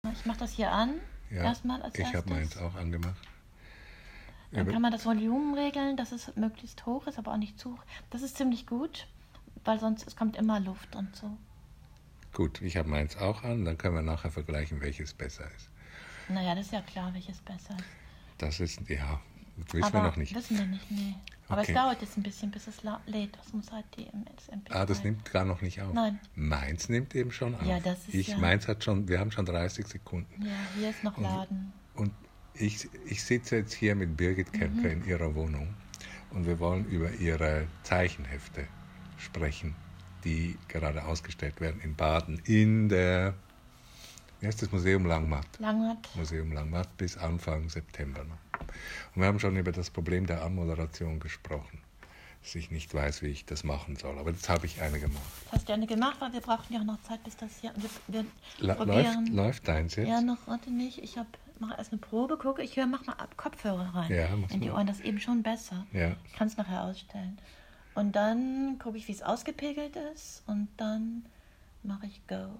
Ich mache das hier an. Ja, Erstmal als ich habe meins erstes. auch angemacht. Dann kann man das Volumen regeln, dass es möglichst hoch ist, aber auch nicht zu hoch. Das ist ziemlich gut, weil sonst es kommt immer Luft und so. Gut, ich habe meins auch an, dann können wir nachher vergleichen, welches besser ist. Naja, das ist ja klar, welches besser ist. Das ist, ja, das wissen Aber wir noch nicht. Wissen wir nicht, nee. Aber Okay. es dauert jetzt ein bisschen, bis es lädt. Das muss halt die MP3. Ah, das nimmt gar noch nicht auf. Nein. Meins nimmt eben schon auf. Ja, das ist ja- Meins hat schon, wir haben schon 30 Sekunden. Ja, hier ist noch Laden. Und ich sitze jetzt hier mit Birgit Kemper in ihrer Wohnung und wir wollen über ihre Zeichenhefte sprechen, die gerade ausgestellt werden in Baden in der, wie heißt das, Museum Langmatt. Museum Langmatt bis Anfang September noch. Und wir haben schon über das Problem der Anmoderation gesprochen, dass ich nicht weiß, wie ich das machen soll. Aber jetzt habe ich eine gemacht. Hast du eine gemacht, weil wir brauchen ja auch noch Zeit, bis das hier... Wir probieren. Läuft deins jetzt? Ja, noch heute nicht. Ich mache erst eine Probe, gucke. Mach mal ab Kopfhörer rein. Ja, mach in die mal. Ohren, das ist eben schon besser. Ja. Ich kann es nachher ausstellen. Und dann gucke ich, wie es ausgepegelt ist. Und dann mache ich Go.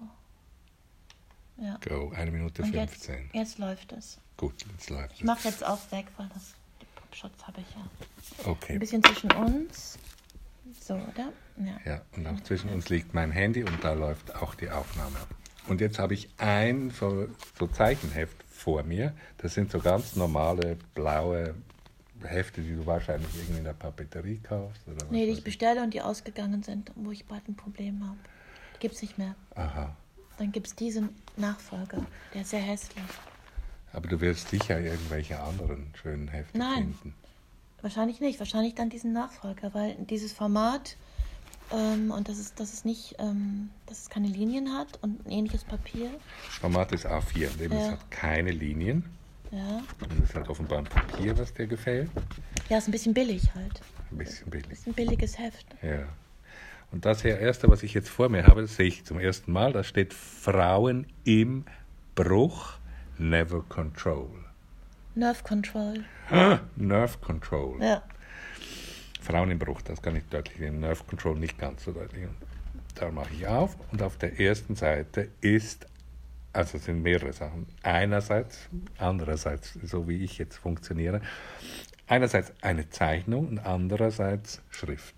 Ja. Go, 1 Minute Und 15. jetzt läuft es. Gut, jetzt läuft Ich mache jetzt auch weg, weil den Popschutz habe ich ja. es. Okay. Ein bisschen zwischen uns. So, oder? Ja, und auch zwischen uns liegt mein Handy und da läuft auch die Aufnahme. Und jetzt habe ich ein so Zeichenheft vor mir. Das sind so ganz normale blaue Hefte, die du wahrscheinlich irgendwie in der Papeterie kaufst. Oder was Nee, die weiß ich bestelle und die ausgegangen sind, wo ich bald ein Problem habe. Die gibt es nicht mehr. Aha. Dann gibt es diesen Nachfolger, der ist sehr hässlich. Aber du wirst sicher irgendwelche anderen schönen Hefte Nein. finden. Wahrscheinlich nicht, wahrscheinlich dann diesen Nachfolger, weil dieses Format und dass es nicht, dass es keine Linien hat und ein ähnliches Papier. Das Format ist A4, eben es Ja. hat keine Linien. Ja. Und es ist halt offenbar ein Papier, was dir gefällt. Ja, ist ein bisschen billig halt. Ein bisschen billig. Ist ein billiges Heft. Ja. Und das hier erste, was ich jetzt vor mir habe, das sehe ich zum ersten Mal, da steht Frauen im Bruch, never control. Nerve Control. Nerve Control. Ja. Frauen im Bruch, das kann ich deutlich sehen. Nerve Control nicht ganz so deutlich. Und da mache ich auf und auf der ersten Seite ist, also es sind mehrere Sachen. Andererseits, so wie ich jetzt funktioniere, einerseits eine Zeichnung und andererseits Schrift.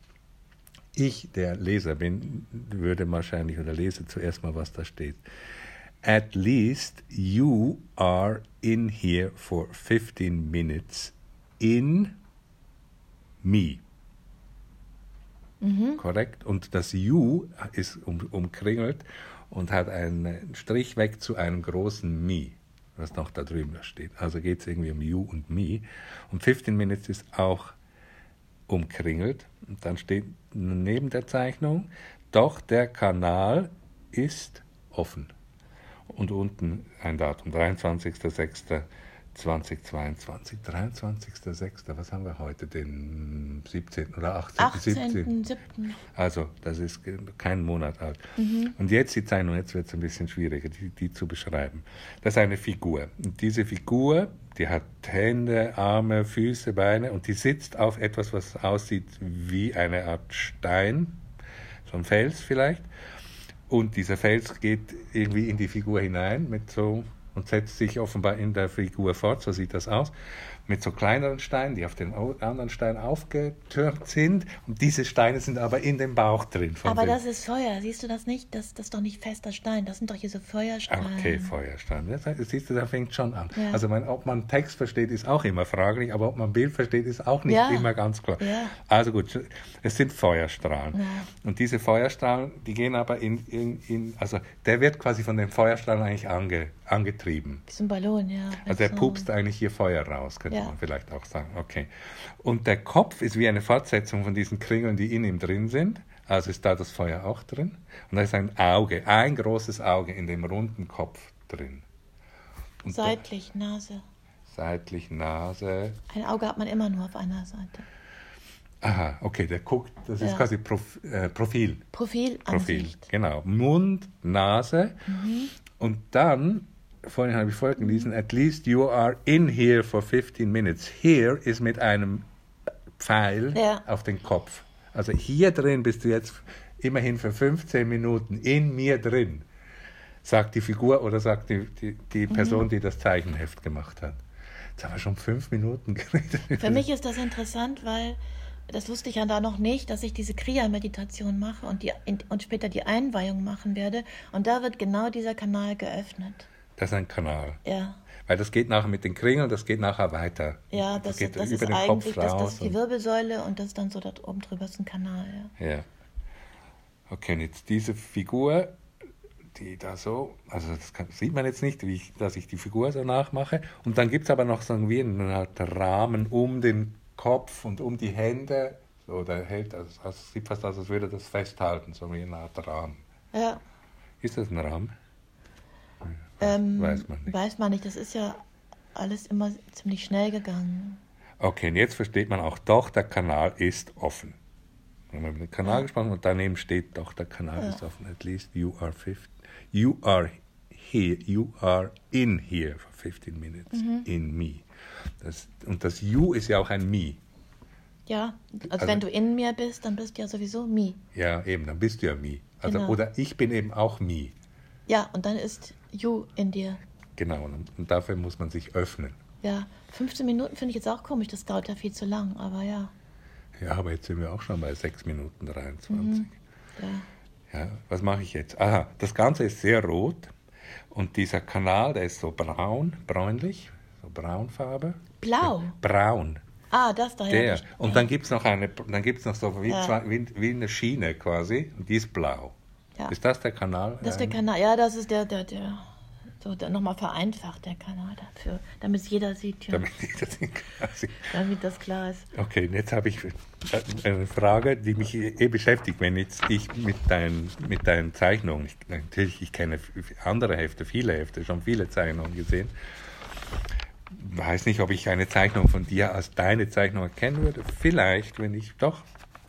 Ich, der Leser bin, würde wahrscheinlich oder lese zuerst mal, was da steht. At least you are in here for 15 minutes in me. Korrekt? Und das you ist umkringelt und hat einen Strich weg zu einem großen me, was noch da drüben steht. Also geht es irgendwie um you und me. Und 15 minutes ist auch umkringelt. Und dann steht neben der Zeichnung, doch der Kanal ist offen. Und unten ein Datum, 23.06.2022. 23.06., was haben wir heute, den 17. oder 18.07.? 18.07. Also, das ist kein Monat alt. Und jetzt die Zeichnung, jetzt wird es ein bisschen schwieriger, die zu beschreiben. Das ist eine Figur. Und diese Figur, die hat Hände, Arme, Füße, Beine und die sitzt auf etwas, was aussieht wie eine Art Stein, so ein Fels vielleicht. Und dieser Fels geht irgendwie in die Figur hinein und setzt sich offenbar in der Figur fort, so sieht das aus, mit so kleineren Steinen, die auf den anderen Stein aufgetürmt sind. Und diese Steine sind aber in dem Bauch drin. Aber das ist Feuer, siehst du das nicht? Das ist doch nicht fester Stein, das sind doch hier so Feuersteine. Okay, Feuerstein. Das siehst du, da fängt schon an. Ja. Also ob man Text versteht, ist auch immer fraglich, aber ob man Bild versteht, ist auch nicht immer ganz klar. Ja. Also gut, es sind Feuerstrahlen. Ja. Und diese Feuerstrahlen, die gehen aber also der wird quasi von den Feuerstrahlen eigentlich angetrieben. Wie so ein Ballon, ja. Also der pupst eigentlich hier Feuer raus, könnte Ja. man vielleicht auch sagen. Okay. Und der Kopf ist wie eine Fortsetzung von diesen Kringeln, die in ihm drin sind. Also ist da das Feuer auch drin. Und da ist ein Auge, ein großes Auge in dem runden Kopf drin. Und Seitlich, Nase. Seitlich Nase. Ein Auge hat man immer nur auf einer Seite. Aha, okay, der guckt, das ist Ja. quasi Profil. Profilansicht. Genau. Mund, Nase. Und dann, vorhin habe ich gelesen, at least you are in here for 15 minutes. Here ist mit einem Pfeil auf den Kopf. Also hier drin bist du jetzt immerhin für 15 Minuten in mir drin. Sagt die Figur oder sagt die Person, die das Zeichenheft gemacht hat. Jetzt haben wir schon 5 Minuten geredet. Für mich ist das interessant, weil das wusste ich ja da noch nicht, dass ich diese Kriya-Meditation mache und später die Einweihung machen werde. Und da wird genau dieser Kanal geöffnet. Das ist ein Kanal. Ja. Weil das geht nachher mit den Kringeln, das geht nachher weiter. Ja, das geht ist über den eigentlich Kopf raus das ist die Wirbelsäule und das dann so da oben drüber ist ein Kanal. Ja. Ja. Okay, und jetzt diese Figur, die da so, also sieht man jetzt nicht, dass ich die Figur so nachmache. Und dann gibt es aber noch so wie einen Art Rahmen um den Kopf und um die Hände. So, der hält, also sieht fast aus, als würde das festhalten, so wie eine Art Rahmen. Ja. Ist das ein Rahmen? Weiß man nicht. Weiß man nicht, das ist ja alles immer ziemlich schnell gegangen. Okay, und jetzt versteht man auch, doch, der Kanal ist offen. Wir haben über den Kanal gesprochen und daneben steht, doch, der Kanal ist offen. At least you are in here for 15 minutes, in me. Und das You ist ja auch ein Me. Ja, also wenn du in mir bist, dann bist du ja sowieso Me. Ja, eben, dann bist du ja Me. Also, Genau. Oder ich bin eben auch Me. Ja, und dann ist You in dir. Genau, und dafür muss man sich öffnen. Ja, 15 Minuten finde ich jetzt auch komisch, das dauert ja viel zu lang, aber ja. Ja, aber jetzt sind wir auch schon bei 6 Minuten 23. Ja. Ja, was mache ich jetzt? Aha, das Ganze ist sehr rot und dieser Kanal, der ist so bräunlich, so Braunfarbe. Blau? Braun. Ah, das da. Der. Ja. Und dann gibt's noch so wie eine Schiene quasi und die ist blau. Ja. Ist das der Kanal? Das ist der Kanal, ja, das ist der nochmal vereinfacht, der Kanal dafür, damit es jeder sieht. Ja. Damit jeder sieht quasi. Damit das klar ist. Okay, und jetzt habe ich eine Frage, die mich beschäftigt, wenn jetzt ich mit deinen Zeichnungen, ich kenne andere Hefte, viele Hefte, schon viele Zeichnungen gesehen, weiß nicht, ob ich eine Zeichnung von dir als deine Zeichnung erkennen würde. Vielleicht, wenn ich doch.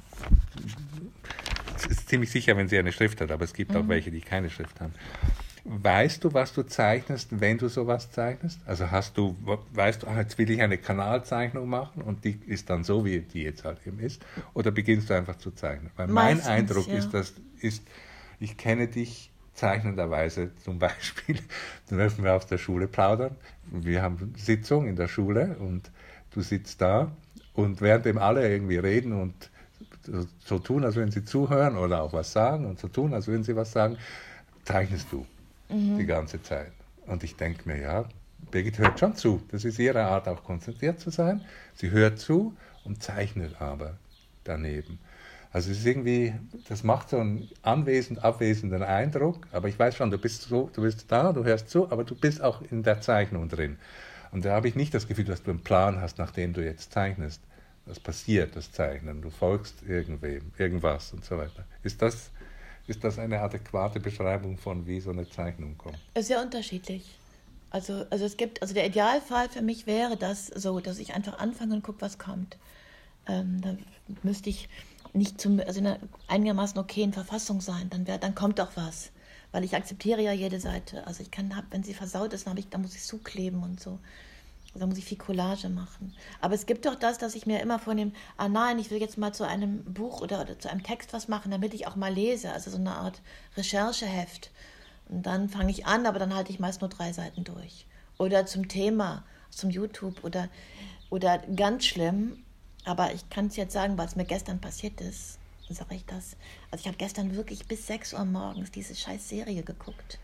Es ist ziemlich sicher, wenn sie eine Schrift hat, aber es gibt auch welche, die keine Schrift haben. Weißt du, was du zeichnest, wenn du sowas zeichnest? Also weißt du, jetzt will ich eine Kanalzeichnung machen und die ist dann so, wie die jetzt halt eben ist? Oder beginnst du einfach zu zeichnen? Weil Meistens, mein Eindruck ja. ich kenne dich zeichnenderweise zum Beispiel, dann dürfen wir aus der Schule plaudern. Wir haben Sitzung in der Schule und du sitzt da und währenddem alle irgendwie reden und so tun, als würden sie zuhören oder auch was sagen und so tun, als würden sie was sagen, zeichnest du die ganze Zeit. Und ich denke mir, ja, Birgit hört schon zu. Das ist ihre Art, auch konzentriert zu sein. Sie hört zu und zeichnet aber daneben. Also es ist irgendwie, das macht so einen abwesenden Eindruck, aber ich weiß schon, du bist da, du hörst zu, aber du bist auch in der Zeichnung drin. Und da habe ich nicht das Gefühl, dass du einen Plan hast, nachdem du jetzt zeichnest. Das passiert, das Zeichnen. Du folgst irgendwas und so weiter. Ist das eine adäquate Beschreibung von, wie so eine Zeichnung kommt? Sehr unterschiedlich. Also der Idealfall für mich wäre das so, dass ich einfach anfange und gucke, was kommt. Dann müsste ich nicht in einer einigermaßen okayen Verfassung sein, dann kommt doch was. Weil ich akzeptiere ja jede Seite. Also wenn sie versaut ist, dann muss ich zukleben und so. Da muss ich viel Collage machen. Aber es gibt doch das, dass ich mir immer vornehme, nein, ich will jetzt mal zu einem Buch oder zu einem Text was machen, damit ich auch mal lese. Also so eine Art Rechercheheft. Und dann fange ich an, aber dann halte ich meist nur 3 Seiten durch. Oder zum Thema, zum YouTube oder ganz schlimm. Aber ich kann es jetzt sagen, weil es mir gestern passiert ist, sage ich das. Also ich habe gestern wirklich bis 6 Uhr morgens diese scheiß Serie geguckt.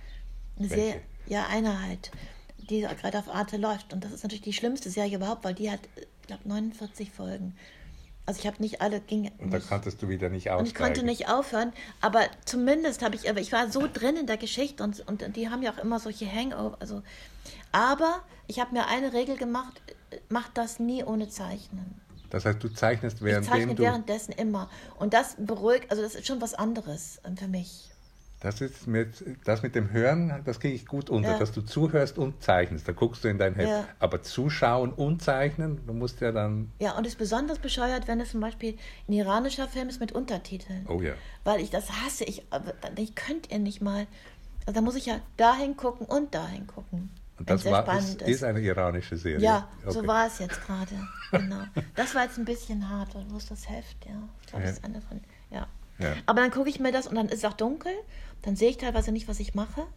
Eine halt, die gerade auf Arte läuft. Und das ist natürlich die schlimmste Serie überhaupt, weil die hat, ich glaube, 49 Folgen. Also ich habe nicht alle... Und da konntest du wieder nicht aussteigen. Und ich konnte nicht aufhören, aber zumindest ich war so drin in der Geschichte und die haben ja auch immer solche Hangover. Aber ich habe mir eine Regel gemacht, mach das nie ohne Zeichnen. Das heißt, du zeichnest währenddessen immer. Und das beruhigt, also das ist schon was anderes für mich. Das mit dem Hören, das kriege ich gut unter, dass du zuhörst und zeichnest. Da guckst du in dein Heft. Ja. Aber zuschauen und zeichnen, du musst ja dann... Ja, und es ist besonders bescheuert, wenn es zum Beispiel ein iranischer Film ist mit Untertiteln. Oh ja. Weil das hasse ich. Ich könnte ja nicht mal... Also da muss ich ja dahin gucken und dahin gucken. Und das ist eine iranische Serie? Ja, okay. So war es jetzt gerade. Genau. Das war jetzt ein bisschen hart. Wo ist das Heft? Ja, ich glaube, das ist eine von... Ja. Aber dann gucke ich mir das und dann ist es auch dunkel. Dann sehe ich teilweise nicht, was ich mache.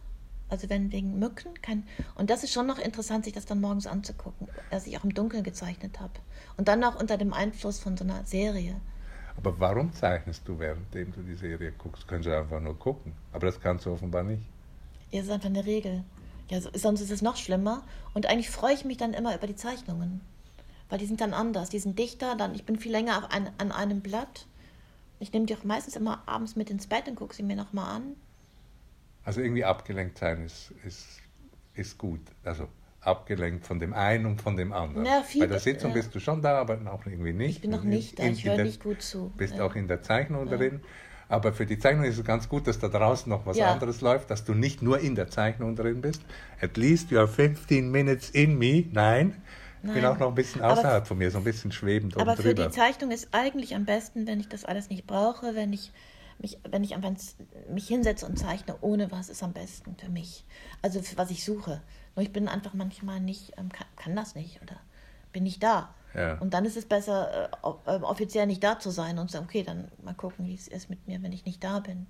Also wenn wegen Mücken und das ist schon noch interessant, sich das dann morgens anzugucken, dass ich auch im Dunkeln gezeichnet habe. Und dann noch unter dem Einfluss von so einer Serie. Aber warum zeichnest du, währenddem du die Serie guckst? Du könntest einfach nur gucken. Aber das kannst du offenbar nicht. Ja, das ist einfach eine Regel. Ja, sonst ist es noch schlimmer. Und eigentlich freue ich mich dann immer über die Zeichnungen. Weil die sind dann anders. Die sind dichter. Ich bin viel länger an einem Blatt. Ich nehme die auch meistens immer abends mit ins Bett und gucke sie mir nochmal an. Also irgendwie abgelenkt sein ist gut. Also abgelenkt von dem einen und von dem anderen. Ja, Bei der Sitzung bist du schon da, aber auch irgendwie nicht. Ich bin noch nicht da, ich höre nicht gut zu. Bist auch in der Zeichnung drin. Aber für die Zeichnung ist es ganz gut, dass da draußen noch was anderes läuft, dass du nicht nur in der Zeichnung drin bist. At least you are 15 minutes in me. Nein. Ich bin auch noch ein bisschen außerhalb von mir, so ein bisschen schwebend oben drüber. Aber für die drüber. Zeichnung ist eigentlich am besten, wenn ich das alles nicht brauche, wenn ich einfach mich hinsetze und zeichne, ohne was, ist am besten für mich. Also für was ich suche. Nur ich bin einfach manchmal nicht, kann das nicht oder bin nicht da. Ja. Und dann ist es besser, offiziell nicht da zu sein und zu sagen, okay, dann mal gucken, wie es ist mit mir, wenn ich nicht da bin.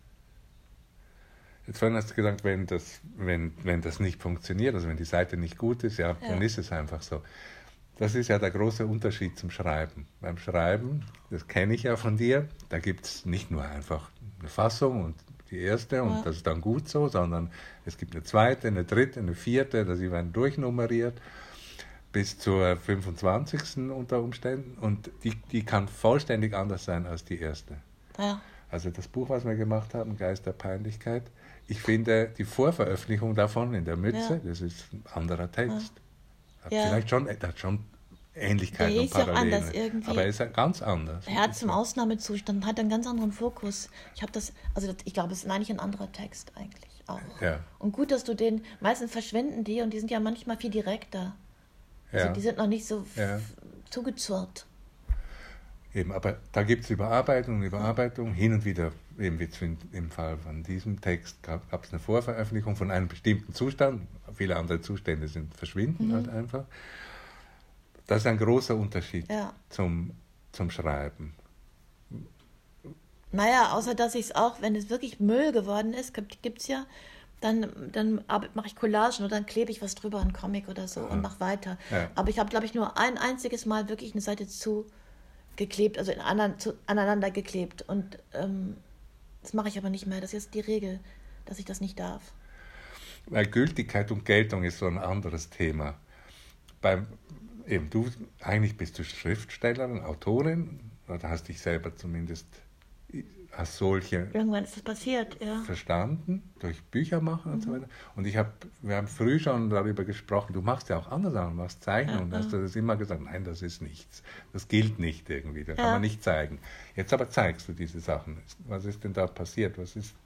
Jetzt vorhin hast du gesagt, wenn das nicht funktioniert, also wenn die Seite nicht gut ist, dann ist es einfach so. Das ist ja der große Unterschied zum Schreiben. Beim Schreiben, das kenne ich ja von dir, da gibt es nicht nur einfach eine Fassung und die erste und das ist dann gut so, sondern es gibt eine zweite, eine dritte, eine vierte, die werden durchnummeriert bis zur 25. unter Umständen und die kann vollständig anders sein als die erste. Ja. Also das Buch, was wir gemacht haben, Geist der Peinlichkeit, ich finde die Vorveröffentlichung davon in der Mütze, das ist ein anderer Text. Vielleicht hat schon Ähnlichkeiten und Parallelen, auch anders irgendwie. Aber er ist ganz anders. Er hat zum Ausnahmezustand, hat einen ganz anderen Fokus. Ich glaube, es ist eigentlich ein anderer Text eigentlich auch. Ja. Und gut, dass du meistens verschwinden die und die sind ja manchmal viel direkter. Also die sind noch nicht so zugezurrt. Eben, aber da gibt es Überarbeitung, hin und wieder, eben wie im Fall von diesem Text, gab es eine Vorveröffentlichung von einem bestimmten Zustand. Viele andere Zustände verschwinden halt einfach. Das ist ein großer Unterschied zum Schreiben. Naja, außer dass ich es auch, wenn es wirklich Müll geworden ist, gibt es ja, dann mache ich Collagen oder dann klebe ich was drüber, einen Comic oder so und mache weiter. Ja. Aber ich habe, glaube ich, nur ein einziges Mal wirklich eine Seite geklebt, also aneinander geklebt. Und das mache ich aber nicht mehr. Das ist jetzt die Regel, dass ich das nicht darf. Weil Gültigkeit und Geltung ist so ein anderes Thema. Eigentlich bist du Schriftstellerin, Autorin, oder hast dich selber zumindest als solche irgendwann ist das passiert, verstanden, durch Bücher machen und so weiter. Und wir haben früh schon darüber gesprochen, du machst ja auch andere Sachen, du machst Zeichnen und hast du das immer gesagt, nein, das ist nichts, das gilt nicht irgendwie, das kann man nicht zeigen. Jetzt aber zeigst du diese Sachen. Was ist denn da passiert?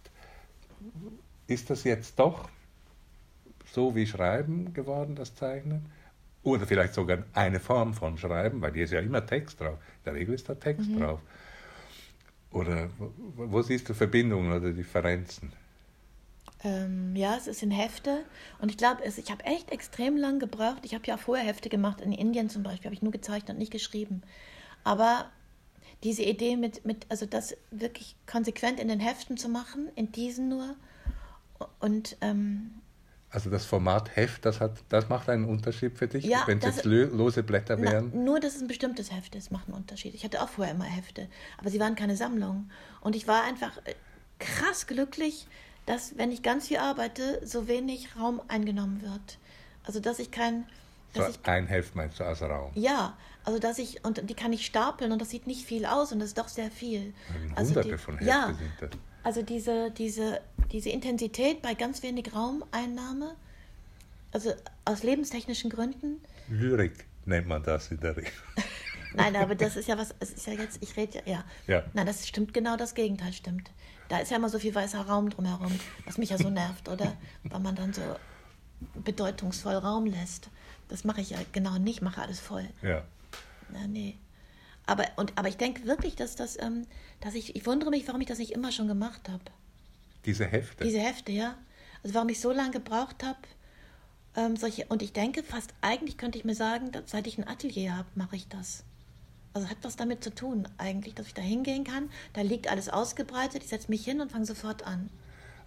Ist das jetzt doch so wie Schreiben geworden, das Zeichnen? Oder vielleicht sogar eine Form von Schreiben, weil hier ist ja immer Text drauf. In der Regel ist da Text drauf. Oder wo siehst du Verbindungen oder Differenzen? Es ist in Hefte. Und ich glaube, ich habe echt extrem lang gebraucht. Ich habe ja auch vorher Hefte gemacht. In Indien zum Beispiel habe ich nur gezeichnet und nicht geschrieben. Aber diese Idee also das wirklich konsequent in den Heften zu machen, in diesen nur. Und also das Format Heft, das macht einen Unterschied für dich, ja, wenn es jetzt lose Blätter wären? Nur, dass es ein bestimmtes Heft ist, macht einen Unterschied. Ich hatte auch vorher immer Hefte, aber sie waren keine Sammlung. Und ich war einfach krass glücklich, dass, wenn ich ganz viel arbeite, so wenig Raum eingenommen wird. Also, dass ich ein Heft meinst du als Raum? Ja, also und die kann ich stapeln und das sieht nicht viel aus und das ist doch sehr viel. Hunderte von Heften sind das. Also diese Intensität bei ganz wenig Raumeinnahme, also aus lebenstechnischen Gründen. Lyrik nennt man das in der Regel. Nein, aber das ist ja was, es ist ja jetzt, ich rede ja. Nein, das stimmt, genau das Gegenteil stimmt. Da ist ja immer so viel weißer Raum drumherum, was mich ja so nervt, oder? Weil man dann so bedeutungsvoll Raum lässt. Das mache ich ja genau nicht, mache alles voll. Ja. Na, nee. Aber ich denke wirklich, dass ich wundere mich, warum ich das nicht immer schon gemacht habe. Diese Hefte? Diese Hefte, ja. Also warum ich so lange gebraucht habe, und ich denke fast, eigentlich könnte ich mir sagen, seit ich ein Atelier habe, mache ich das. Also hat was damit zu tun eigentlich, dass ich da hingehen kann, da liegt alles ausgebreitet, ich setze mich hin und fange sofort an.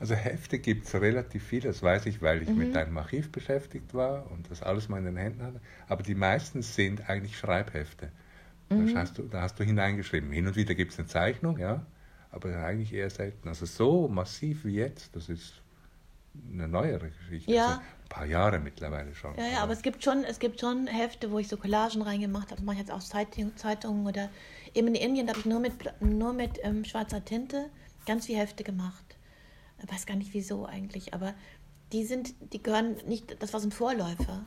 Also Hefte gibt es relativ viele, das weiß ich, weil ich mit einem Archiv beschäftigt war und das alles mal in den Händen hatte. Aber die meisten sind eigentlich Schreibhefte. Da hast du hineingeschrieben. Hin und wieder gibt es eine Zeichnung, ja, aber eigentlich eher selten. Also so massiv wie jetzt, das ist eine neuere Geschichte. Ja. Also ein paar Jahre mittlerweile schon. Ja, aber es gibt schon Hefte, wo ich so Collagen reingemacht habe. Das mache ich jetzt auch Zeitungen oder eben in Indien habe ich nur mit schwarzer Tinte ganz viele Hefte gemacht. Ich weiß gar nicht wieso eigentlich, aber die gehören nicht, das war so ein Vorläufer.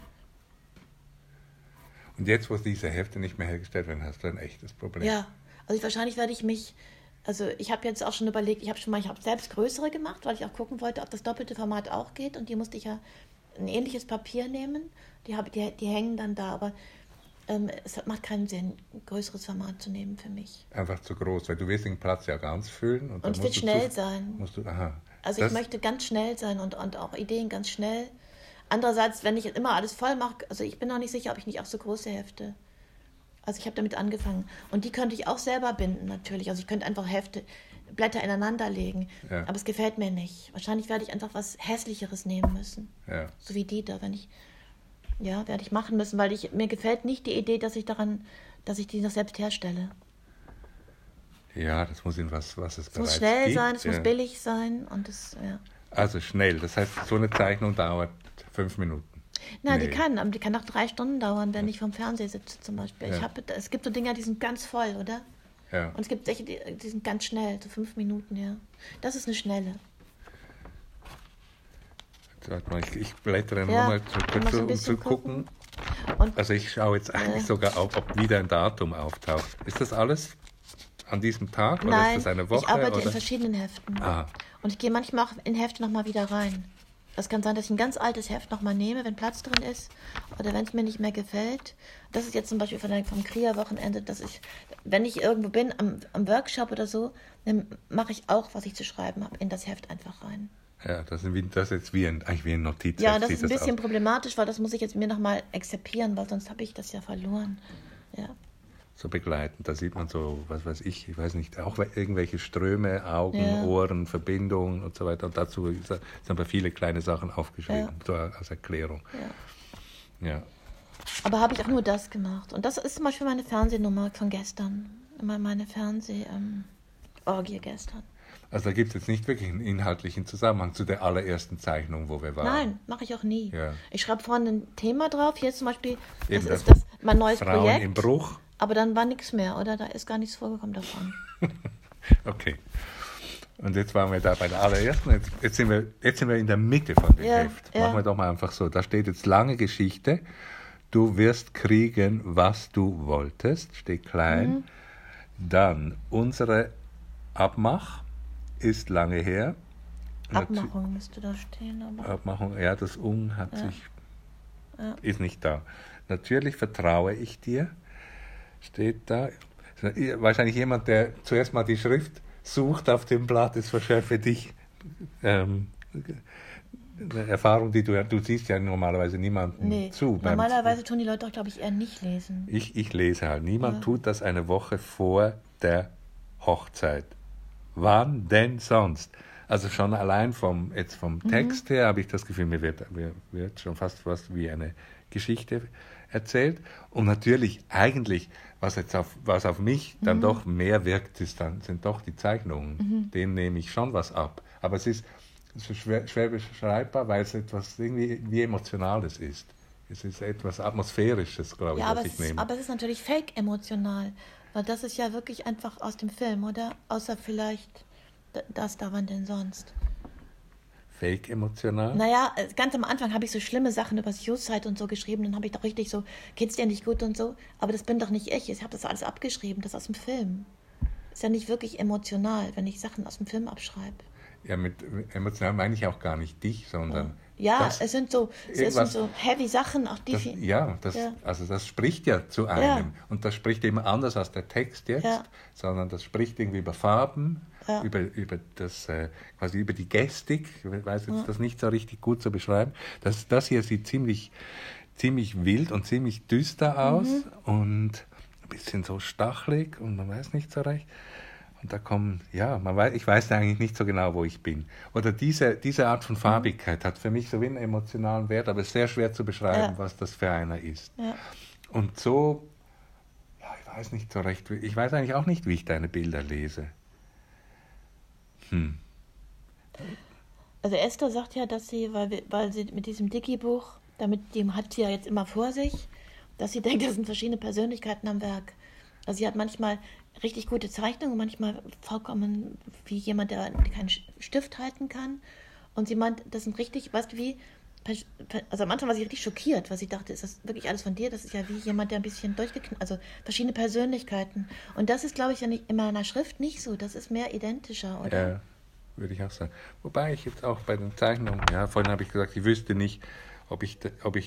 Und jetzt, wo diese Hefte nicht mehr hergestellt werden, hast du ein echtes Problem. Ja, also wahrscheinlich werde ich mich, also ich habe jetzt auch schon überlegt, ich habe selbst größere gemacht, weil ich auch gucken wollte, ob das doppelte Format auch geht, und die musste ich ja ein ähnliches Papier nehmen, die hängen dann da, aber es macht keinen Sinn, ein größeres Format zu nehmen für mich. Einfach zu groß, weil du willst den Platz ja ganz füllen. Und ich will schnell sein. Also ich möchte ganz schnell sein und auch Ideen ganz schnell. Andererseits, wenn ich immer alles voll mache, also ich bin noch nicht sicher, ob ich nicht auch so große Hefte. Also ich habe damit angefangen. Und die könnte ich auch selber binden natürlich. Also ich könnte einfach Blätter ineinander legen. Ja. Aber es gefällt mir nicht. Wahrscheinlich werde ich einfach was Hässlicheres nehmen müssen. Ja. So wie die da, werde ich machen müssen, weil mir gefällt nicht die Idee, dass ich die noch selbst herstelle. Ja, das muss in was es bereits gibt. Es muss schnell sein, es muss billig sein und ja. Also schnell, das heißt, so eine Zeichnung dauert 5 Minuten. Nein, die kann auch 3 Stunden dauern, wenn ich vom Fernseher sitze zum Beispiel. Ja. Es gibt so Dinger, die sind ganz voll, oder? Ja. Und es gibt welche, die sind ganz schnell, so 5 Minuten, ja. Das ist eine schnelle. Warte mal, ich blättere nur mal kurz, um zu gucken. Und, also ich schaue jetzt eigentlich sogar auf, ob wieder ein Datum auftaucht. Ist das alles an diesem Tag? Nein, oder ist das eine Woche? Ich arbeite in verschiedenen Heften. Und ich gehe manchmal auch in Hefte nochmal wieder rein. Das kann sein, dass ich ein ganz altes Heft nochmal nehme, wenn Platz drin ist oder wenn es mir nicht mehr gefällt. Das ist jetzt zum Beispiel vom Kria-Wochenende, dass wenn ich irgendwo bin, am Workshop oder so, dann mache ich auch, was ich zu schreiben habe, in das Heft einfach rein. Ja, das ist jetzt eigentlich wie ein Notizheft. Ja, das ist ein bisschen problematisch, weil das muss ich jetzt mir nochmal exzipieren, weil sonst habe ich das ja verloren. Ja. So begleitend, da sieht man so, was weiß ich weiß nicht, auch irgendwelche Ströme, Augen, Ohren, Verbindungen und so weiter. Und dazu sind aber viele kleine Sachen aufgeschrieben, so als Erklärung. Ja. Aber habe ich auch nur das gemacht. Und das ist zum Beispiel meine Fernsehnummer von gestern. Immer meine Fernseh-Orgie gestern. Also da gibt es jetzt nicht wirklich einen inhaltlichen Zusammenhang zu der allerersten Zeichnung, wo wir waren. Nein, mache ich auch nie. Ja. Ich schreibe vorne ein Thema drauf. Hier zum Beispiel, das ist mein neues Frauen Projekt. Im Bruch. Aber dann war nichts mehr, oder? Da ist gar nichts vorgekommen davon. Okay. Und jetzt waren wir da bei der allerersten. Jetzt sind wir in der Mitte von dem Heft. Machen wir doch mal einfach so. Da steht jetzt lange Geschichte. Du wirst kriegen, was du wolltest. Steht klein. Dann unsere Abmach ist lange her. Abmachung müsste da stehen. Aber Abmachung, ja, das hat sich... Ist nicht da. Natürlich vertraue ich dir. Steht da. Wahrscheinlich jemand, der zuerst mal die Schrift sucht auf dem Blatt, ist wahrscheinlich für dich eine Erfahrung, die du siehst ja normalerweise niemanden zu. Normalerweise tun die Leute auch, glaube ich, eher nicht lesen. Ich lese halt. Niemand tut das eine Woche vor der Hochzeit. Wann denn sonst? Also schon allein vom Text her habe ich das Gefühl, mir wird schon fast was wie eine Geschichte erzählt. Und natürlich, eigentlich, was auf mich dann doch mehr wirkt, sind doch die Zeichnungen. Denen nehme ich schon was ab. Aber es ist schwer beschreibbar, weil es etwas irgendwie wie Emotionales ist. Es ist etwas Atmosphärisches, glaube ich, was ich nehme. Aber es ist natürlich fake-emotional, weil das ist ja wirklich einfach aus dem Film, oder? Außer vielleicht das da, wann denn sonst? Fake-emotional? Naja, ganz am Anfang habe ich so schlimme Sachen über Suicide und so geschrieben, dann habe ich doch richtig so, geht's dir nicht gut und so, aber das bin doch nicht ich habe das alles abgeschrieben, das aus dem Film. Ist ja nicht wirklich emotional, wenn ich Sachen aus dem Film abschreibe. Ja, mit emotional meine ich auch gar nicht dich, sondern... Ja, es sind so heavy Sachen, auch die... Also das spricht ja zu einem. Ja. Und das spricht immer anders als der Text jetzt, sondern das spricht irgendwie über Farben, über quasi über die Gestik. Ich weiß jetzt das nicht so richtig gut zu beschreiben. Das hier sieht ziemlich wild und ziemlich düster aus und ein bisschen so stachelig und man weiß nicht so recht. Und da kommen, ich weiß eigentlich nicht so genau, wo ich bin. Oder diese Art von Farbigkeit hat für mich so wie einen emotionalen Wert, aber es ist sehr schwer zu beschreiben, was das für einer ist. Ja. Und so, ich weiß nicht so recht, ich weiß eigentlich auch nicht, wie ich deine Bilder lese. Also Esther sagt ja, dass sie, weil sie mit diesem Dicky-Buch, dem hat sie ja jetzt immer vor sich, dass sie denkt, das sind verschiedene Persönlichkeiten am Werk. Also sie hat manchmal richtig gute Zeichnungen, manchmal vollkommen wie jemand, der keinen Stift halten kann. Und sie meint, das sind richtig, weißt du wie, also am Anfang war sie richtig schockiert, weil sie dachte, ist das wirklich alles von dir? Das ist ja wie jemand, der ein bisschen durchgeknallt, also verschiedene Persönlichkeiten. Und das ist, glaube ich, ja nicht in meiner Schrift nicht so, das ist mehr identischer, oder? Ja, würde ich auch sagen. Wobei ich jetzt auch bei den Zeichnungen, vorhin habe ich gesagt, ich wüsste nicht, ob ich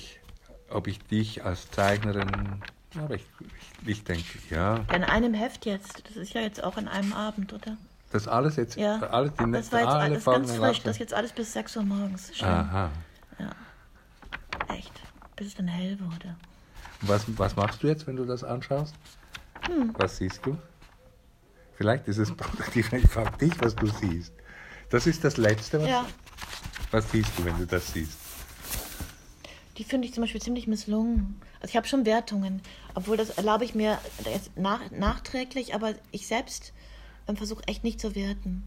dich als Zeichnerin, aber ich denke, ja. In einem Heft jetzt, das ist ja jetzt auch in einem Abend, oder? Das alles jetzt, ja. das war jetzt alles ganz frisch, das ist jetzt alles bis 6 Uhr morgens. Schön. Aha. Ja, echt, bis es dann hell wurde. Was machst du jetzt, wenn du das anschaust? Was siehst du? Vielleicht ist es produktiv, ich frage dich, was du siehst. Das ist das Letzte, was siehst du, wenn du das siehst? Die finde ich zum Beispiel ziemlich misslungen. Also ich habe schon Wertungen, obwohl das erlaube ich mir jetzt nachträglich, aber ich selbst versuche echt nicht zu werten.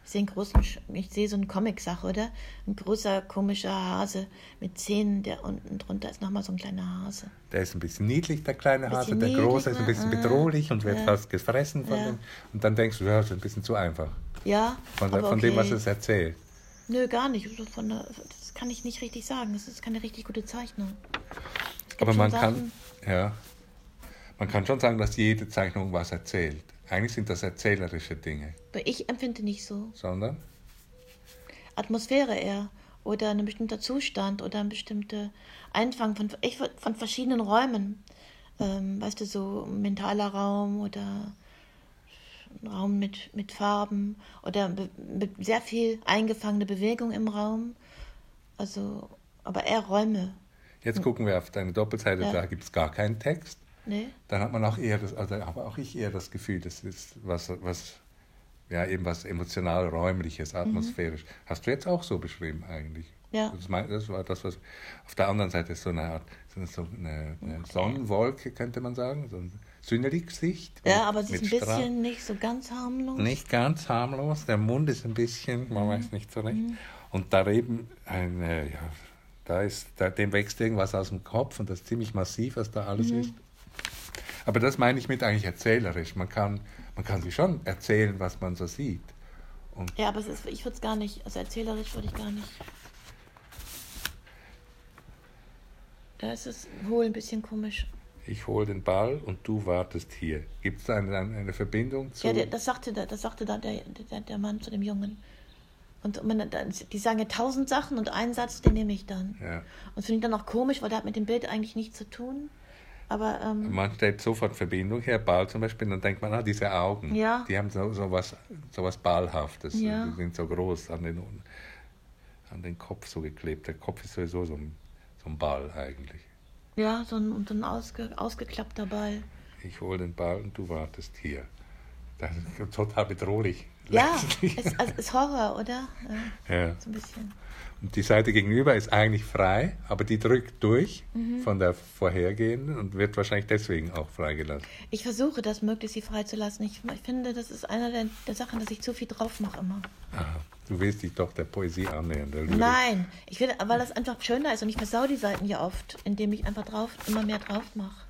Ich sehe so eine Comic-Sache, oder? Ein großer, komischer Hase mit Zähnen, der unten drunter ist nochmal so ein kleiner Hase. Der ist ein bisschen niedlich, der kleine Hase, der große ist ein bisschen bedrohlich und wird fast gefressen von dem. Und dann denkst du, das ist ein bisschen zu einfach. Ja, von dem, was es erzählt. Nö, gar nicht. Das kann ich nicht richtig sagen. Das ist keine richtig gute Zeichnung. Aber man kann schon sagen, dass jede Zeichnung was erzählt. Eigentlich sind das erzählerische Dinge. Aber ich empfinde nicht so. Sondern? Atmosphäre eher. Oder ein bestimmter Zustand oder ein bestimmter Einfang von verschiedenen Räumen. Weißt du, so ein mentaler Raum oder ein Raum mit Farben oder mit sehr viel eingefangene Bewegung im Raum. Also, aber eher Räume. Jetzt gucken wir auf deine Doppelseite, da gibt es gar keinen Text. Nee. Dann hat man auch eher das Gefühl, das ist was emotional räumliches, atmosphärisch. Hast du jetzt auch so beschrieben eigentlich? Ja. Das war das, was auf der anderen Seite ist so eine Sonnenwolke, könnte man sagen, so ein Sünnelicht. Ja, aber sie ist ein bisschen nicht so ganz harmlos. Nicht ganz harmlos, der Mund ist ein bisschen, man weiß nicht so recht. Und daneben dem wächst irgendwas aus dem Kopf und das ist ziemlich massiv, was da alles ist. Aber das meine ich mit eigentlich erzählerisch. Man kann sich schon erzählen, was man so sieht. Ja, aber ich würde es gar nicht, also erzählerisch würde ich gar nicht. Da ist es wohl ein bisschen komisch. Ich hole den Ball und du wartest hier. Gibt es da eine Verbindung zu? Ja, das sagte da der Mann zu dem Jungen. Und die sagen ja 1000 Sachen und einen Satz, den nehme ich dann. Ja. Und finde ich dann auch komisch, weil der hat mit dem Bild eigentlich nichts zu tun. Aber, man stellt sofort Verbindung her, Ball zum Beispiel, dann denkt man, diese Augen, die haben so was Ballhaftes, die sind so groß an den Kopf so geklebt. Der Kopf ist sowieso so ein Ball eigentlich. Ja, so ein ausgeklappter Ball. Ich hole den Ball und du wartest hier. Das ist total bedrohlich. Ja, es ist Horror, oder? Ja. So ein bisschen. Und die Seite gegenüber ist eigentlich frei, aber die drückt durch von der vorhergehenden und wird wahrscheinlich deswegen auch freigelassen. Ich versuche das möglichst sie freizulassen. Ich finde, das ist einer der Sachen, dass ich zu viel drauf mache immer. Aha. Du willst dich doch der Poesie annähern. Nein, ich will, weil das einfach schöner ist und ich versau die Seiten ja oft, indem ich einfach immer mehr drauf mache.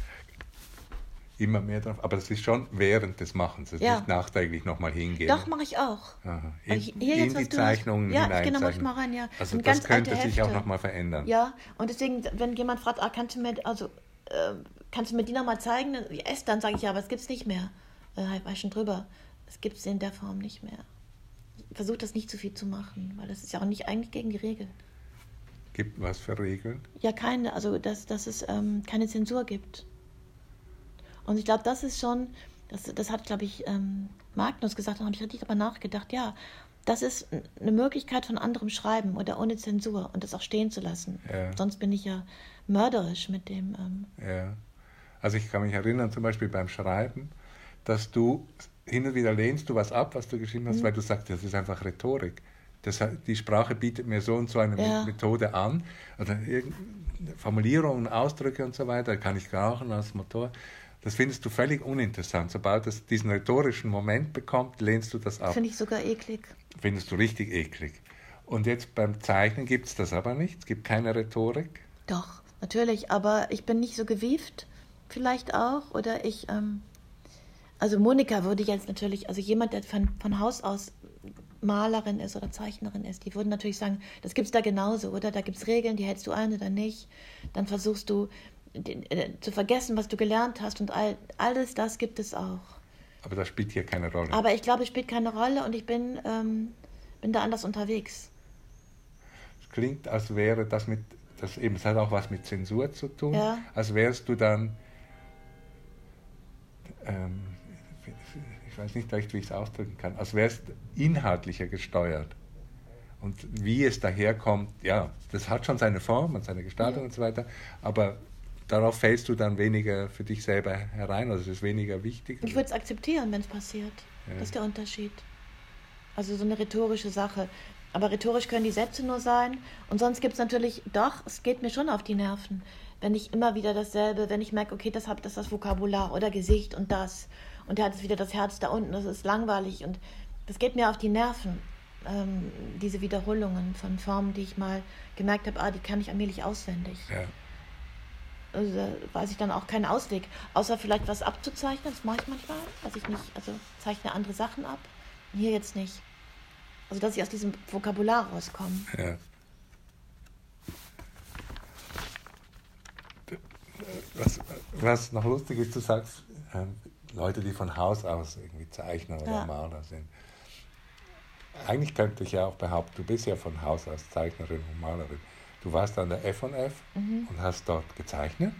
Immer mehr drauf, aber das ist schon während des Machens, das ist nicht nachträglich nochmal hingehen. Doch, mache ich auch. In die Zeichnungen hineinzeichnen. Ja, mach ich mal rein, ja. Also das könnte sich auch nochmal verändern. Ja, und deswegen, wenn jemand fragt, kannst du mir die nochmal zeigen? Dann sage ich, ja, aber es gibt's nicht mehr. War ich schon drüber. Es gibt es in der Form nicht mehr. Ich versuche das nicht zu viel zu machen, weil das ist ja auch nicht eigentlich gegen die Regeln. Gibt was für Regeln? Ja, keine, also dass es keine Zensur gibt. Und ich glaube, das ist schon, das hat, glaube ich, Magnus gesagt, da habe ich richtig darüber nachgedacht, ja, das ist eine Möglichkeit von anderem Schreiben oder ohne Zensur und das auch stehen zu lassen. Ja. Sonst bin ich ja mörderisch mit dem. Ja, also ich kann mich erinnern, zum Beispiel beim Schreiben, dass du hin und wieder lehnst du was ab, was du geschrieben hast, weil du sagst, das ist einfach Rhetorik. Die Sprache bietet mir so und so eine Methode an, oder Formulierungen, Ausdrücke und so weiter, kann ich rauchen als Motor. Das findest du völlig uninteressant. Sobald es diesen rhetorischen Moment bekommt, lehnst du das ab. Finde ich sogar eklig. Findest du richtig eklig. Und jetzt beim Zeichnen gibt es das aber nicht. Es gibt keine Rhetorik. Doch, natürlich, aber ich bin nicht so gewieft, vielleicht auch. Oder also Monika würde jetzt natürlich, also jemand, der von Haus aus Malerin ist oder Zeichnerin ist, die würden natürlich sagen, das gibt es da genauso, oder? Da gibt es Regeln, die hältst du ein oder nicht. Dann versuchst du zu vergessen, was du gelernt hast, und alles das gibt es auch. Aber das spielt hier keine Rolle. Aber ich glaube, es spielt keine Rolle, und ich bin da anders unterwegs. Es klingt, als wäre das es hat auch was mit Zensur zu tun, ja. Als wärst du dann, ich weiß nicht recht, wie ich es ausdrücken kann, als wärst inhaltlicher gesteuert. Und wie es daherkommt, ja, das hat schon seine Form und seine Gestaltung und so weiter, aber darauf fällst du dann weniger für dich selber herein, also es ist weniger wichtig. Ich würde es akzeptieren, wenn es passiert. Ja. Das ist der Unterschied. Also so eine rhetorische Sache. Aber rhetorisch können die Sätze nur sein. Und sonst gibt es natürlich, doch, es geht mir schon auf die Nerven. Wenn ich immer wieder dasselbe, wenn ich merke, okay, das ist das Vokabular oder Gesicht und das. Und der hat jetzt wieder das Herz da unten, das ist langweilig. Und das geht mir auf die Nerven. Diese Wiederholungen von Formen, die ich mal gemerkt habe, die kann ich allmählich auswendig. Ja. Also da weiß ich dann auch keinen Ausweg. Außer vielleicht was abzuzeichnen, das mache ich manchmal. Also zeichne andere Sachen ab. Und hier jetzt nicht. Also dass ich aus diesem Vokabular rauskomme. Ja. Was noch lustig ist, du sagst, Leute, die von Haus aus irgendwie Zeichner oder Maler sind. Eigentlich könnte ich ja auch behaupten, du bist ja von Haus aus Zeichnerin und Malerin. Du warst an der F&F und hast dort gezeichnet.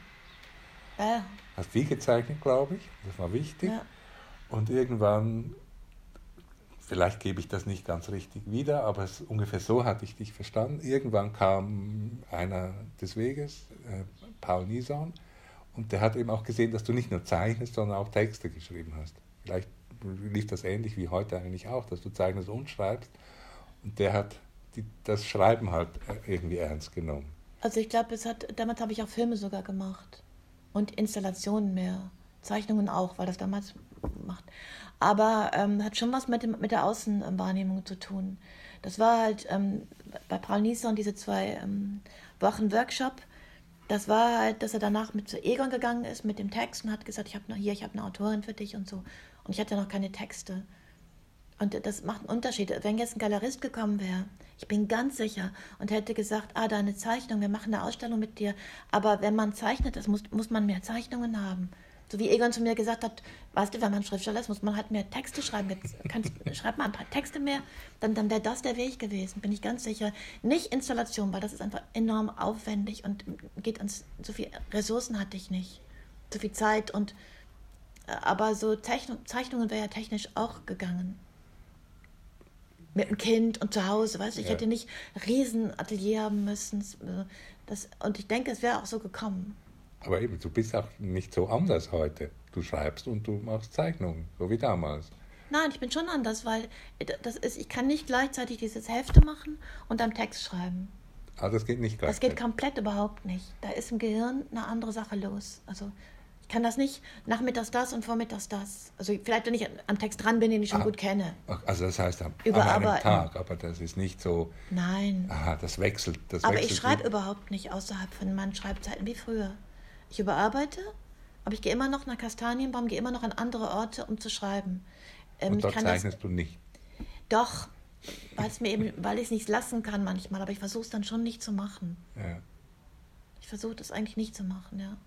Hast viel gezeichnet, glaube ich. Das war wichtig. Ja. Und irgendwann, vielleicht gebe ich das nicht ganz richtig wieder, aber ungefähr so hatte ich dich verstanden. Irgendwann kam einer des Weges, Paul Nison, und der hat eben auch gesehen, dass du nicht nur zeichnest, sondern auch Texte geschrieben hast. Vielleicht lief das ähnlich wie heute eigentlich auch, dass du zeichnest und schreibst. Und der hat das Schreiben halt irgendwie ernst genommen. Also ich glaube, damals habe ich auch Filme sogar gemacht. Und Installationen mehr. Zeichnungen auch, weil das damals macht. Aber hat schon was mit der Außenwahrnehmung zu tun. Das war halt bei Paul Nison diese 2 Wochen Workshop. Das war halt, dass er danach zu Egon gegangen ist mit dem Text und hat gesagt, ich habe eine Autorin für dich und so. Und ich hatte noch keine Texte. Und das macht einen Unterschied. Wenn jetzt ein Galerist gekommen wäre, ich bin ganz sicher, und hätte gesagt, deine Zeichnung, wir machen eine Ausstellung mit dir. Aber wenn man zeichnet, muss man mehr Zeichnungen haben. So wie Egon zu mir gesagt hat, weißt du, wenn man Schriftsteller ist, muss man halt mehr Texte schreiben. Schreib mal ein paar Texte mehr, dann wäre das der Weg gewesen, bin ich ganz sicher. Nicht Installation, weil das ist einfach enorm aufwendig und so viel Ressourcen hatte ich nicht. So viel Zeit aber so Zeichnungen wäre ja technisch auch gegangen. Mit dem Kind und zu Hause, weißt du, ich hätte nicht ein Riesenatelier haben müssen. Und ich denke, es wäre auch so gekommen. Aber eben, du bist auch nicht so anders heute. Du schreibst und du machst Zeichnungen, so wie damals. Nein, ich bin schon anders, weil ich kann nicht gleichzeitig dieses Hefte machen und am Text schreiben. Das geht nicht gleichzeitig? Das geht komplett überhaupt nicht. Da ist im Gehirn eine andere Sache los. Also ich kann das nicht nachmittags das und vormittags das. Also vielleicht, wenn ich am Text dran bin, den ich schon gut kenne. Also das heißt an einem Tag, aber das ist nicht so... Nein. Das wechselt. Aber ich schreibe überhaupt nicht außerhalb von meinen Schreibzeiten wie früher. Ich überarbeite, aber ich gehe immer noch nach Kastanienbaum, gehe immer noch an andere Orte, um zu schreiben. Und dort zeichnest du nicht? Doch, weil ich es nicht lassen kann manchmal, aber ich versuche es dann schon nicht zu machen. Ja. Ich versuche das eigentlich nicht zu machen, ja.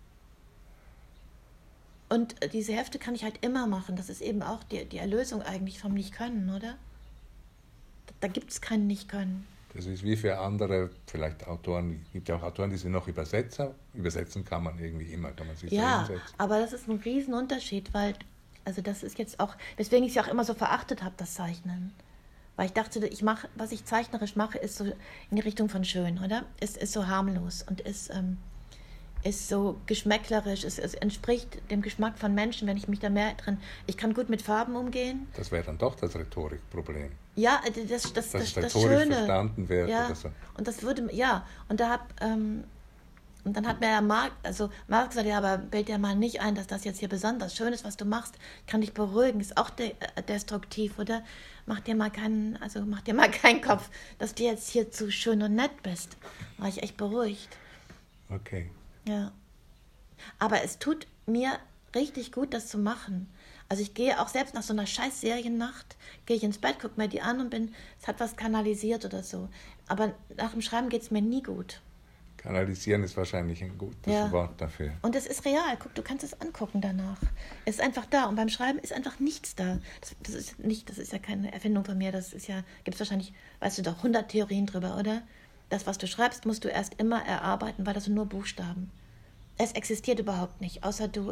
Und diese Hefte kann ich halt immer machen. Das ist eben auch die Erlösung eigentlich vom Nicht-Können, oder? Da gibt es kein Nicht-Können. Das ist wie für andere, vielleicht Autoren, es gibt ja auch Autoren, die sind noch Übersetzer. Übersetzen kann man irgendwie immer, kann man sich so hinsetzen. Ja, aber das ist ein Riesenunterschied, weil, also das ist jetzt auch, weswegen ich es ja auch immer so verachtet habe, das Zeichnen. Weil ich dachte, was ich zeichnerisch mache, ist so in die Richtung von schön, oder? Ist so harmlos und ist ist so geschmäcklerisch, es entspricht dem Geschmack von Menschen, wenn ich mich da mehr drin... Ich kann gut mit Farben umgehen. Das wäre dann doch das Rhetorikproblem. Ja, das Dass Schöne. verstanden wird Ja, oder so. und das würde... Ja, und und dann hat mir ja Marc gesagt, ja, aber bild dir mal nicht ein, dass das jetzt hier besonders schön ist, was du machst. Ich kann dich beruhigen, ist auch destruktiv, oder? Mach dir mal keinen Kopf, dass du jetzt hier zu schön und nett bist. War ich echt beruhigt. Okay. Ja. Aber es tut mir richtig gut, das zu machen. Also ich gehe auch selbst nach so einer scheiß Seriennacht, gehe ich ins Bett, gucke mir die an und es hat was kanalisiert oder so. Aber nach dem Schreiben geht es mir nie gut. Kanalisieren ist wahrscheinlich ein gutes Wort dafür. Und es ist real. Guck, du kannst es angucken danach. Es ist einfach da. Und beim Schreiben ist einfach nichts da. Das ist ja keine Erfindung von mir. Das ist ja, gibt es wahrscheinlich, weißt du doch, 100 Theorien drüber, oder? Das, was du schreibst, musst du erst immer erarbeiten, weil das sind nur Buchstaben. Es existiert überhaupt nicht, außer du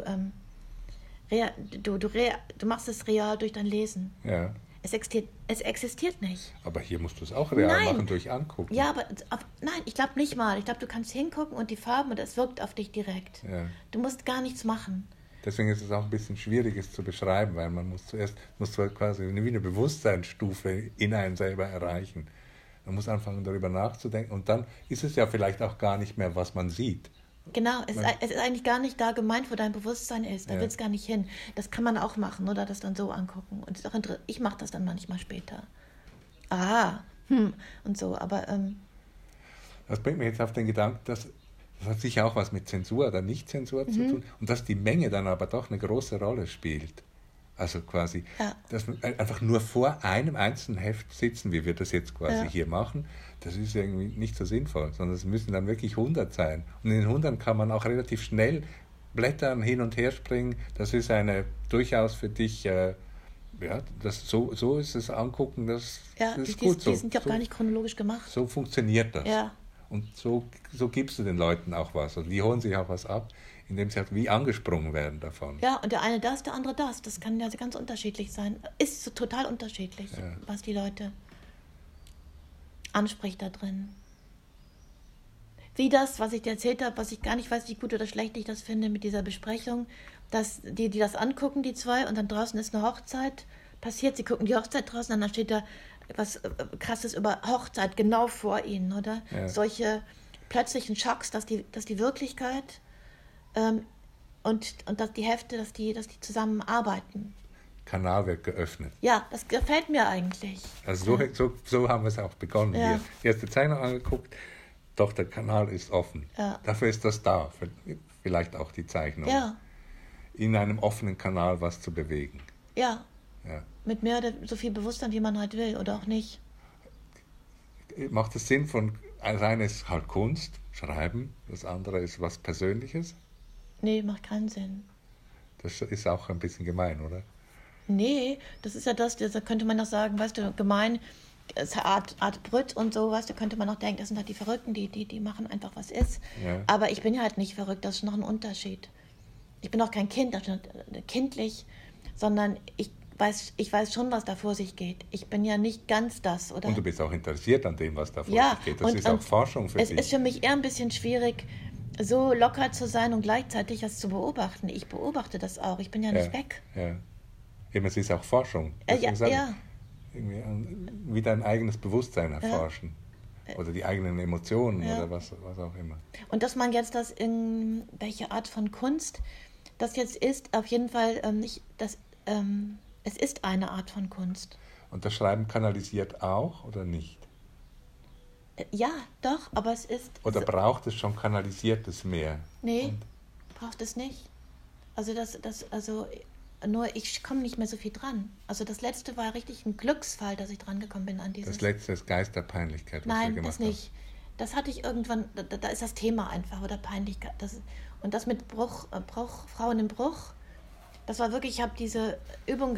machst es real durch dein Lesen. Ja. Es existiert nicht. Aber hier musst du es auch real machen durch Angucken. Ja, aber nein, ich glaube nicht mal. Ich glaube, du kannst hingucken und die Farben und es wirkt auf dich direkt. Ja. Du musst gar nichts machen. Deswegen ist es auch ein bisschen schwierig, es zu beschreiben, weil man muss quasi wie eine Bewusstseinsstufe in einen selber erreichen. Man muss anfangen, darüber nachzudenken und dann ist es ja vielleicht auch gar nicht mehr, was man sieht. Genau, es ist eigentlich gar nicht da gemeint, wo dein Bewusstsein ist. Da will es gar nicht hin. Das kann man auch machen oder das dann so angucken. Und ist auch ich mache das dann manchmal später. Und so, aber... Das bringt mich jetzt auf den Gedanken, das hat sicher auch was mit Zensur oder Nicht-Zensur zu tun und dass die Menge dann aber doch eine große Rolle spielt. Also quasi, dass man einfach nur vor einem einzelnen Heft sitzen, wie wir das jetzt quasi hier machen, das ist irgendwie nicht so sinnvoll, sondern es müssen dann wirklich 100 sein. Und in den 100 kann man auch relativ schnell blättern, hin und her springen. Das ist durchaus für dich, so ist es angucken, das ist gut so. Die sind ja auch gar nicht chronologisch gemacht. So funktioniert das. Ja. Und so gibst du den Leuten auch was. Also die holen sich auch was ab, indem sie halt wie angesprungen werden davon. Ja, und der eine das, der andere das. Das kann ja ganz unterschiedlich sein. Ist so total unterschiedlich, was die Leute anspricht da drin. Wie das, was ich dir erzählt habe, was ich gar nicht weiß, wie gut oder schlecht ich das finde mit dieser Besprechung, dass die das angucken, die zwei, und dann draußen ist eine Hochzeit passiert, sie gucken die Hochzeit draußen, und dann steht da was Krasses über Hochzeit genau vor ihnen, oder? Ja. Solche plötzlichen Schocks, dass die Wirklichkeit und dass die Hefte, dass die zusammenarbeiten. Kanal wird geöffnet. Ja, das gefällt mir eigentlich. Also so haben wir es auch begonnen hier. Die erste Zeichnung angeguckt, doch der Kanal ist offen. Ja. Dafür ist das da, vielleicht auch die Zeichnung. Ja. In einem offenen Kanal was zu bewegen. Ja. Mit mehr oder so viel Bewusstsein, wie man halt will, oder auch nicht. Macht es Sinn das eine ist halt Kunst, Schreiben, das andere ist was Persönliches? Nee, macht keinen Sinn. Das ist auch ein bisschen gemein, oder? Nee, das ist ja da könnte man noch sagen, weißt du, gemein, das ist Art Brütt und so, weißt du, könnte man noch denken, das sind halt die Verrückten, die machen einfach, was ist. Ja. Aber ich bin ja halt nicht verrückt, das ist noch ein Unterschied. Ich bin auch kein Kind, das ist kindlich, sondern ich weiß schon, was da vor sich geht. Ich bin ja nicht ganz das, oder? Und du bist auch interessiert an dem, was da vor sich geht. Das ist auch Forschung für dich. Es ist für mich eher ein bisschen schwierig, so locker zu sein und gleichzeitig das zu beobachten. Ich beobachte das auch, ich bin ja nicht weg. Ja. Eben, es ist auch Forschung. Irgendwie wie dein eigenes Bewusstsein erforschen. Oder die eigenen Emotionen oder was auch immer. Und dass man jetzt das in welche Art von Kunst das jetzt ist, auf jeden Fall nicht, es ist eine Art von Kunst. Und das Schreiben kanalisiert auch oder nicht? Ja, doch, aber es ist... Oder braucht es schon Kanalisiertes mehr? Nee, braucht es nicht. Also nur ich komme nicht mehr so viel dran. Also das letzte war richtig ein Glücksfall, dass ich dran gekommen bin an dieses... Das letzte ist Geisterpeinlichkeit, was Nein, wir gemacht haben. Nein, das nicht. Das hatte ich irgendwann, da ist das Thema einfach, oder Peinlichkeit. Und das mit Bruch, Frauen im Bruch, das war wirklich, ich habe diese Übung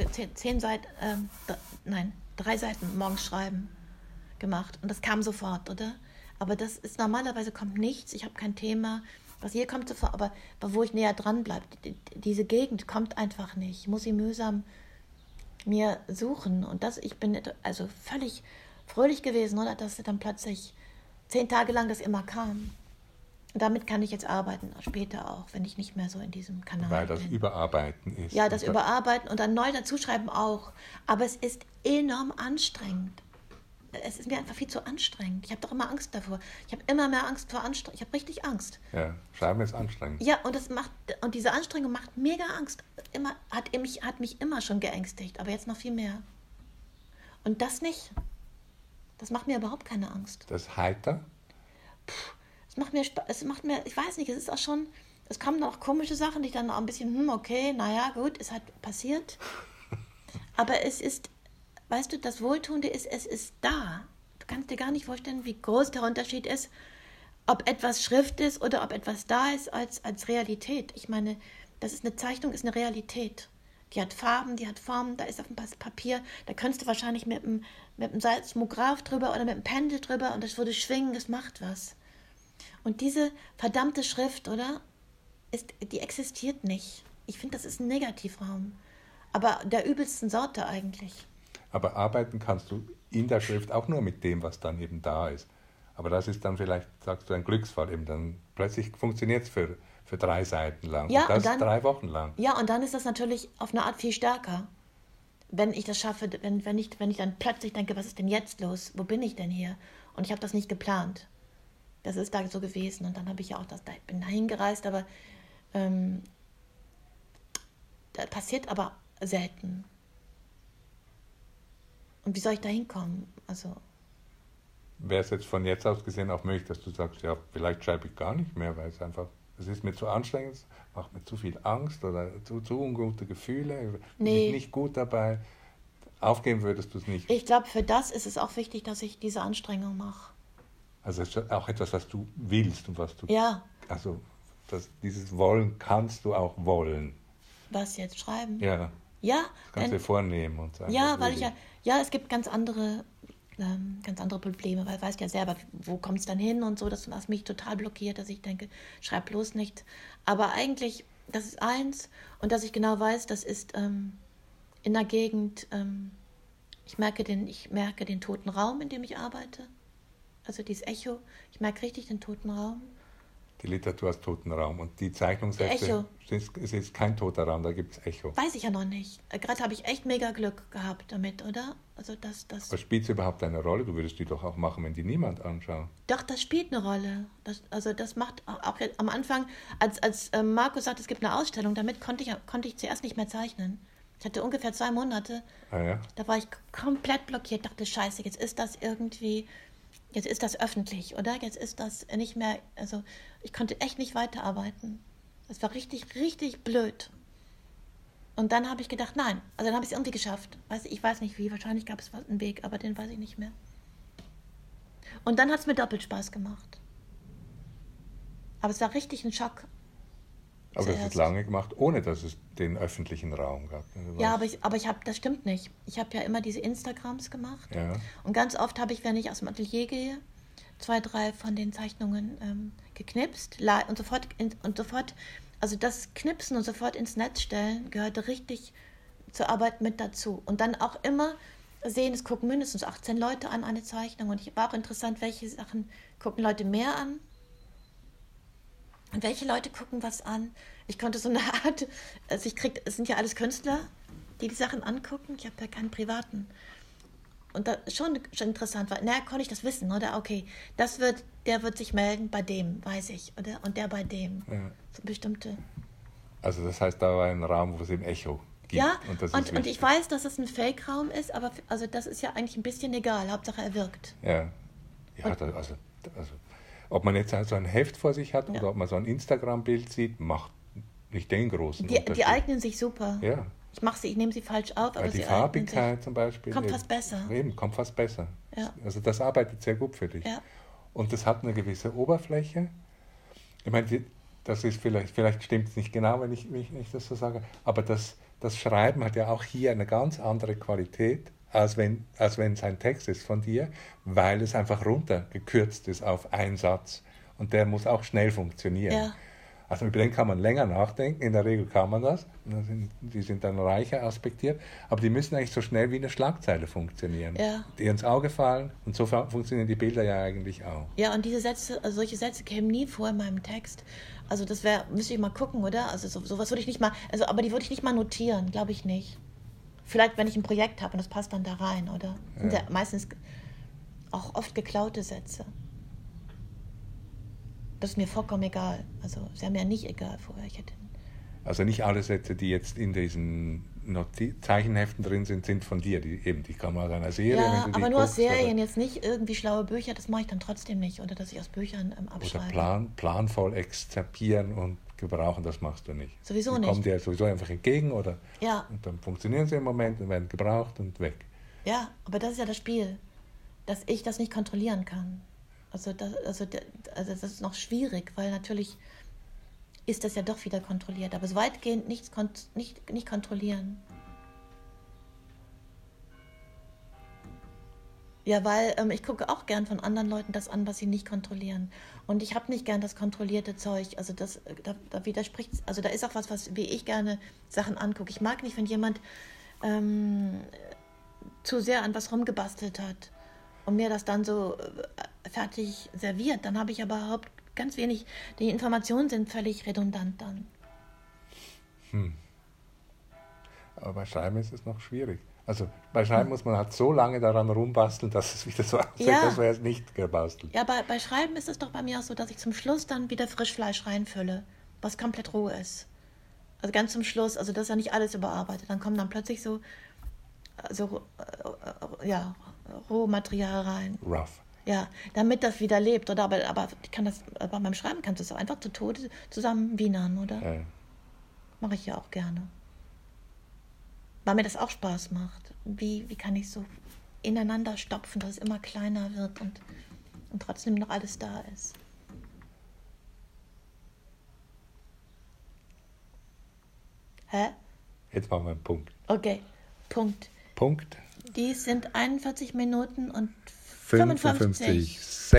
3 Seiten morgens schreiben gemacht. Und das kam sofort, oder? Aber das ist normalerweise kommt nichts, ich habe kein Thema. Was hier kommt sofort, aber wo ich näher dran bleibe, diese Gegend kommt einfach nicht. Ich muss sie mühsam mir suchen. Und ich bin also völlig fröhlich gewesen, oder? Dass dann plötzlich 10 Tage lang das immer kam. Und damit kann ich jetzt arbeiten, später auch, wenn ich nicht mehr so in diesem Kanal Weil das bin. Überarbeiten ist. Ja, das Überarbeiten und dann neu dazuschreiben auch. Aber es ist enorm anstrengend. Es ist mir einfach viel zu anstrengend. Ich habe doch immer Angst davor. Ich habe immer mehr Angst vor Anstrengung. Ich habe richtig Angst. Ja, Schreiben ist anstrengend. Ja, und diese Anstrengung macht mega Angst. Hat mich immer schon geängstigt, aber jetzt noch viel mehr. Und das nicht. Das macht mir überhaupt keine Angst. Das ist heiter? Es macht mir, ich weiß nicht, es ist auch schon, es kommen auch komische Sachen, die ich dann auch ein bisschen, okay, naja, gut, ist halt passiert. Aber es ist, weißt du, das Wohltuende ist, es ist da. Du kannst dir gar nicht vorstellen, wie groß der Unterschied ist, ob etwas Schrift ist oder ob etwas da ist als Realität. Ich meine, das ist eine Zeichnung, ist eine Realität. Die hat Farben, die hat Formen, da ist auf dem Papier, da könntest du wahrscheinlich mit einem Seismograph drüber oder mit einem Pendel drüber und das würde schwingen, das macht was. Und diese verdammte Schrift, oder? Die existiert nicht. Ich finde, das ist ein Negativraum. Aber der übelsten Sorte eigentlich. Aber arbeiten kannst du in der Schrift auch nur mit dem, was dann eben da ist. Aber das ist dann vielleicht, sagst du, ein Glücksfall eben. Dann plötzlich funktioniert es für 3 Seiten lang. Ja, und das dann, 3 Wochen lang. Ja, und dann ist das natürlich auf eine Art viel stärker. Wenn ich das schaffe, wenn ich dann plötzlich denke, was ist denn jetzt los? Wo bin ich denn hier? Und ich habe das nicht geplant. Das ist da so gewesen. Und dann habe ich ja auch ich bin da hingereist, aber das passiert aber selten. Und wie soll ich da hinkommen? Also, wäre es jetzt von jetzt aus gesehen auch möglich, dass du sagst, ja, vielleicht schreibe ich gar nicht mehr, weil es ist mir zu anstrengend, es macht mir zu viel Angst oder zu ungute Gefühle, nee. Nicht gut dabei. Aufgeben würdest du es nicht. Ich glaube, für das ist es auch wichtig, dass ich diese Anstrengung mache. Also es ist auch etwas, was du willst und was du... Ja. Also dieses Wollen kannst du auch wollen. Was jetzt schreiben? Ja. Ja. Das kannst du dir vornehmen und sagen. Ja, weil es gibt ganz andere Probleme, weil du weißt ja selber, wo kommt es dann hin und so, das mich total blockiert, dass ich denke, schreib bloß nicht. Aber eigentlich, das ist eins und dass ich genau weiß, das ist in der Gegend, ich merke den toten Raum, in dem ich arbeite, also dieses Echo, ich merke richtig den toten Raum. Die Literatur als toten Raum und die Zeichnungshefte, es ist kein toter Raum, da gibt es Echo. Weiß ich ja noch nicht. Gerade habe ich echt mega Glück gehabt damit, oder? Also das. Aber spielt es überhaupt eine Rolle? Du würdest die doch auch machen, wenn die niemand anschaut. Doch, das spielt eine Rolle. Das macht auch am Anfang, als Markus sagt, es gibt eine Ausstellung, damit konnte ich zuerst nicht mehr zeichnen. Ich hatte ungefähr 2 Monate. Ah, ja? Da war ich komplett blockiert, dachte, scheiße, jetzt ist das öffentlich, oder? Jetzt ist das nicht mehr, also ich konnte echt nicht weiterarbeiten. Das war richtig, richtig blöd. Und dann habe ich gedacht, nein, also dann habe ich es irgendwie geschafft. Ich weiß nicht wie, wahrscheinlich gab es einen Weg, aber den weiß ich nicht mehr. Und dann hat es mir doppelt Spaß gemacht. Aber es war richtig ein Schock. Aber zuerst. das ist lange gemacht, ohne dass es den öffentlichen Raum gab. Ja, das stimmt nicht. Ich habe ja immer diese Instagrams gemacht. Ja. Und ganz oft habe ich, wenn ich aus dem Atelier gehe, 2, 3 von den Zeichnungen geknipst und sofort, also das Knipsen und sofort ins Netz stellen gehörte richtig zur Arbeit mit dazu. Und dann auch immer sehen, es gucken mindestens 18 Leute an eine Zeichnung. Und ich war auch interessant, welche Sachen gucken Leute mehr an und welche Leute gucken was an. Ich konnte so eine Art, also es sind ja alles Künstler, die Sachen angucken. Ich habe ja keinen privaten. Und das schon interessant war, konnte ich das wissen, oder? Okay, der wird sich melden bei dem, weiß ich, oder? Und der bei dem. Ja. So bestimmte. Also das heißt, da war ein Raum, wo es eben Echo gibt. Ja, und ich weiß, dass es ein Fake-Raum ist, aber also das ist ja eigentlich ein bisschen egal. Hauptsache er wirkt. Ja, also ob man jetzt so ein Heft vor sich hat oder ob man so ein Instagram-Bild sieht, macht nicht den großen Unterschied. Die eignen sich super. Ja. Ich nehme sie falsch auf, aber die Farbigkeit zum Beispiel kommt fast besser. Kommt fast besser. Ja. Also das arbeitet sehr gut für dich. Ja. Und das hat eine gewisse Oberfläche. Ich meine, das ist vielleicht stimmt es nicht genau, wenn ich das so sage, aber das Schreiben hat ja auch hier eine ganz andere Qualität, als wenn es ein Text ist von dir, weil es einfach runtergekürzt ist auf einen Satz. Und der muss auch schnell funktionieren. Ja. Also über den kann man länger nachdenken, in der Regel kann man das, die sind dann reicher aspektiert, aber die müssen eigentlich so schnell wie eine Schlagzeile funktionieren, die ins Auge fallen und so funktionieren die Bilder ja eigentlich auch. Ja, und diese Sätze, also solche Sätze kämen nie vor in meinem Text. Also das müsste ich mal gucken, oder? Also sowas würde ich nicht mal, aber die würde ich nicht mal notieren, glaube ich nicht. Vielleicht, wenn ich ein Projekt habe und das passt dann da rein, oder? Sind ja meistens auch oft geklaute Sätze. Das ist mir vollkommen egal. Also es wäre mir nicht egal vorher. Also nicht alle Sätze, die jetzt in diesen Zeichenheften drin sind, sind von dir. Die kann man aus einer Serie, ja, wenn du aber nur guckst, aus Serien, jetzt nicht irgendwie schlaue Bücher, das mache ich dann trotzdem nicht. Oder dass ich aus Büchern abschreibe. Oder planvoll exzerpieren und gebrauchen, das machst du nicht. Sowieso die nicht. Die kommen dir sowieso einfach entgegen oder ja. Und dann funktionieren sie im Moment und werden gebraucht und weg. Ja, aber das ist ja das Spiel, dass ich das nicht kontrollieren kann. Also das ist noch schwierig, weil natürlich ist das ja doch wieder kontrolliert, aber so weitgehend nicht kontrollieren. Ja, weil ich gucke auch gern von anderen Leuten das an, was sie nicht kontrollieren. Und ich habe nicht gern das kontrollierte Zeug. Also da widerspricht, also da ist auch was wie ich gerne Sachen angucke. Ich mag nicht, wenn jemand zu sehr an was rumgebastelt hat und mir das dann so fertig serviert. Dann habe ich aber überhaupt ganz wenig, die Informationen sind völlig redundant dann. Aber bei Schreiben ist es noch schwierig. Also bei Schreiben muss man halt so lange daran rumbasteln, dass es wieder so aussieht, als wäre es nicht gebastelt. Ja, bei Schreiben ist es doch bei mir auch so, dass ich zum Schluss dann wieder Frischfleisch reinfülle, was komplett roh ist. Also ganz zum Schluss, also das ist ja nicht alles überarbeitet. Dann kommen dann plötzlich so Rohmaterial rein. Rough. Ja, damit das wieder lebt, oder? Aber beim Schreiben kannst du es auch einfach zu Tode zusammen wienern, oder? Ja. Mache ich ja auch gerne. Weil mir das auch Spaß macht. Wie kann ich so ineinander stopfen, dass es immer kleiner wird und trotzdem noch alles da ist. Hä? Jetzt machen wir einen Punkt. Okay, Punkt. Punkt. Die sind 41 Minuten und 55.